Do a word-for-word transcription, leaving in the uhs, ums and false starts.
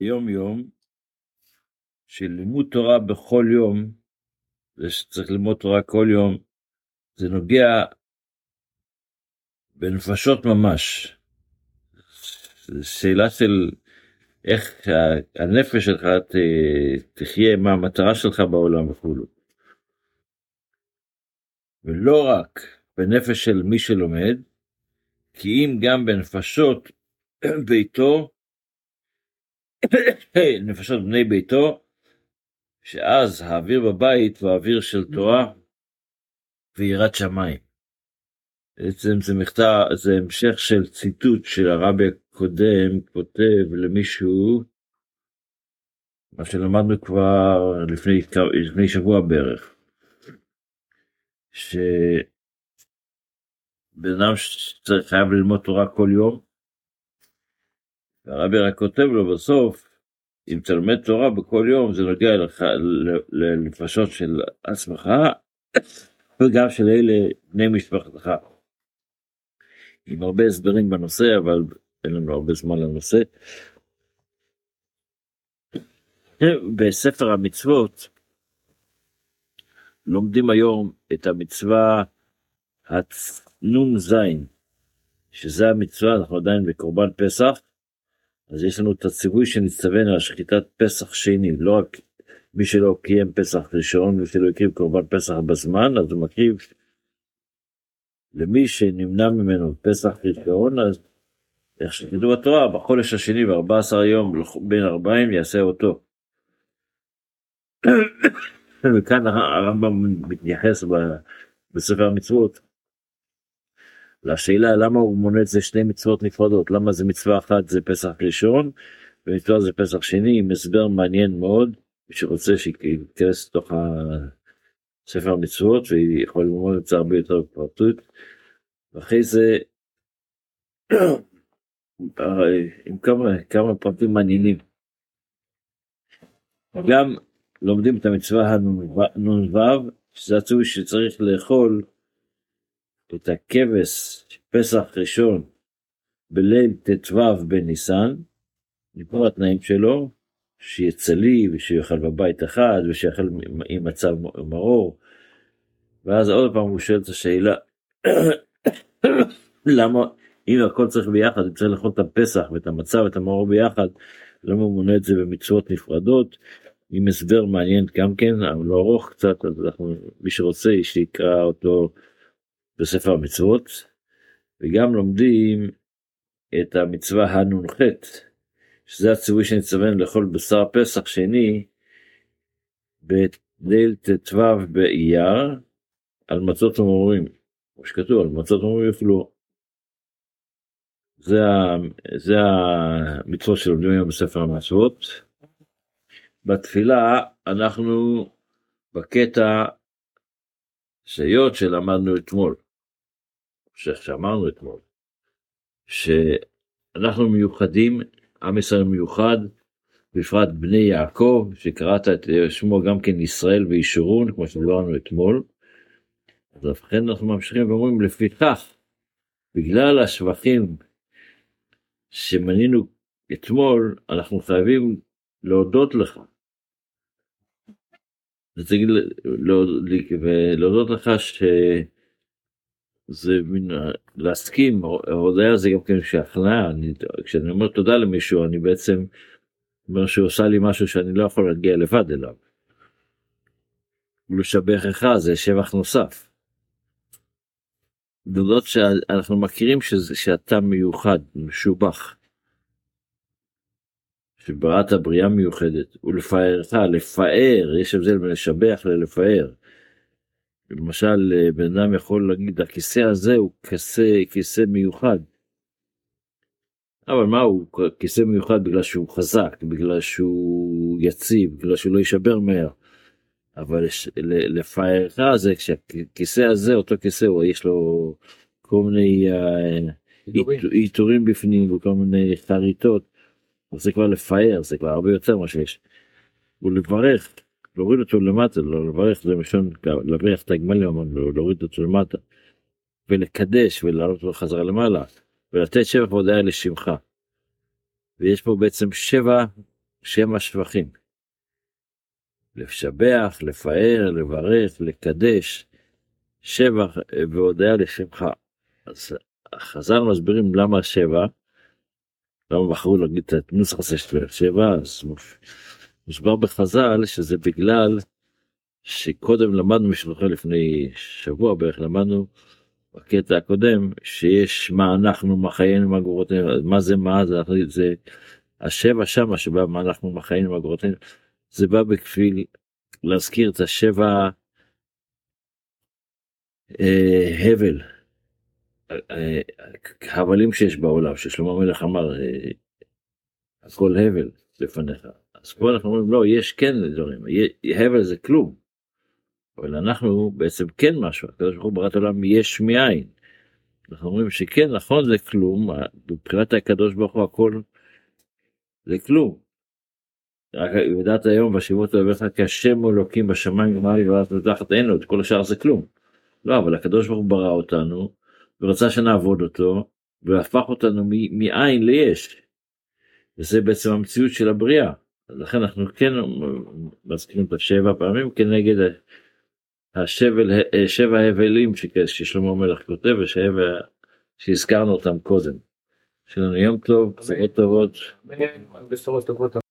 יום יום של לימוד תורה בכל יום, זה שצריך ללמוד תורה כל יום, זה נוגע בנפשות ממש. זו שאלה של איך הנפש שלך תחיה, מה המטרה שלך בעולם וכולו. ולא רק בנפש של מי שלומד, כי אם גם בנפשות ביתו, נפשות בני ביתו, שאז האוויר בבית הוא האוויר של תורה ויראת שמיים. בעצם זה מכתב, זה המשך של ציטוט של הרבי הקודם, כותב למישהו, מה שלמדנו כבר לפני, לפני שבוע בערך, שבן אדם שצריך חייב ללמוד תורה כל יום, והרבי רק כותב לו בסוף, אם תלמד תורה בכל יום, זה נוגע לך, לנפשות של עצמך, וגם של אלה בני משפחתך. עם הרבה הסברים בנושא, אבל אין לנו הרבה זמן לנושא. בספר המצוות, לומדים היום את המצווה הנון זין, שזה המצווה, אנחנו עדיין בקורבן פסח, אז יש לנו את הציווי שנצטווינו על שחיטת פסח שני, לא רק מי שלא קיים פסח ראשון, מי שלא יקריב קורבן פסח בזמן, אז הוא מקריב למי שנמנע ממנו פסח ראשון, אז איך שכתוב בתורה, בחודש השני ב-ארבעה עשר יום בין ארבעים יעשה אותו. וכאן הרמב"ם מתייחס בספר המצוות לשאלה למה הוא מונה את זה שני מצוות נפרדות, למה זה מצווה אחת זה פסח ראשון ומצווה זה פסח שני, עם הסבר מעניין מאוד, מי שרוצה שייכנס לתוך ספר המצוות ויכול ללמוד את זה הרבה יותר בפרטות. ואחרי זה עם כמה, כמה פרטים מעניינים, גם לומדים את המצווה הנון וו, שזה הציווי שצריך לאכול את הכבש פסח ראשון בליל ט"ו בניסן, מכל התנאים שלו, שיצלי ושיאכל בבית אחד ושיאכל עם מצב מרור. ואז עוד פעם הוא שואל את השאלה, למה אם הכל צריך ביחד, אם צריך לאכול את הפסח ואת המצב ואת המרור ביחד, למה הוא מונה את זה במצוות נפרדות? עם הסבר מעניין גם כן, אבל לא ארוך קצת, אז אנחנו, מי שרוצה שיקרא אותו בספר המצוות. וגם לומדים את המצווה הנונחת, שזה הציווי שנצטווינו לאכול בשר פסח שני בליל ט"ו באייר על מצות ומרורים, כמו שכתוב על מצות ומרורים יאכלו. זה זה המצוות שלומדים היום בספר המצוות. בתפילה אנחנו בקטע שיות שלמדנו אתמול, שאמרנו אתמול, שאנחנו מיוחדים, עם ישראל מיוחד, בפרט בני יעקב, שקראת את שמו גם כן ישראל וישורון, כמו שדיברנו אתמול. אז לכן אנחנו ממשיכים ואומרים, לפיכך, בגלל השבחים שמנינו אתמול, אנחנו חייבים להודות לך. ולהודות לך שזה מין, להסכים, ההודעה זה גם כן שהכנעה, כשאני אומר תודה למישהו, אני בעצם אומר שהוא עושה לי משהו שאני לא יכול להגיע לבד אליו. ולשבח לך זה שבח נוסף. להודות שאנחנו מכירים שזה, שאתה מיוחד, משובח. שבראת הבריאה מיוחדת, ולפארך, לפאר, יש הבדל בין לשבח ללפאר. למשל, בן אדם יכול להגיד, הכיסא הזה הוא כיסא, כיסא מיוחד. אבל מה הוא כיסא מיוחד? בגלל שהוא חזק, בגלל שהוא יציב, בגלל שהוא לא יישבר מהר. אבל לפארך זה, כשהכיסא הזה, אותו כיסא, יש לו כל מיני איתורים בפנים, וכל מיני חריטות, זה כבר לפאר, זה כבר הרבה יותר מה שיש. ולברך, להוריד אותו למטה, לא לברך, זה משון, לברך את הגמלים, אמרנו, להוריד אותו למטה, ולקדש, ולעלות אותו חזרה למעלה, ולתת שבח והודיה לשמך. ויש פה בעצם שבע שם השבחים. לשבח, לפאר, לברך, לקדש, שבח והודיה לשמך. אז החז"ל מסבירים למה שבע, למה בחרו להגיד את הנוסח הזה של שבע, אז מוסבר בחז"ל שזה בגלל שקודם למדנו משלוחי לפני שבוע בערך, למדנו בקטע הקודם שיש מה אנחנו, מה חיינו, מה גבורתנו, מה זה מה, זה, זה השבע שמה שבא מה אנחנו, מה חיינו, מה גבורתנו, זה בא בכפיל להזכיר את השבע אה, הבל, אה, הבלים שיש בעולם, ששלמה המלך אמר, אה, הכל הבל לפניך. אז פה אנחנו אומרים, לא, יש כן דברים, הבל זה כלום, אבל אנחנו בעצם כן משהו, הקדוש ברוך הוא ברא את העולם יש מאין. אנחנו אומרים שכן, נכון זה כלום, מבחינת הקדוש ברוך הוא הכל זה כלום. רק יודעת היום בשיבות אוהביך כשם אלוקים בשמיים ומעלה וארץ ותחת אין לו, כל השאר זה כלום. לא, אבל הקדוש ברוך הוא ברא אותנו, ורצה שנעבוד אותו, והפך אותנו מאין ליש. וזה בעצם המציאות של הבריאה. אז לכן אנחנו כן מזכירים את השבע פעמים כנגד השבל, שבע ההבלים ששלמה המלך כותב, ושבע שהזכרנו אותם קודם. שלנו יום טוב, בשורות טובות. בשורות טובות.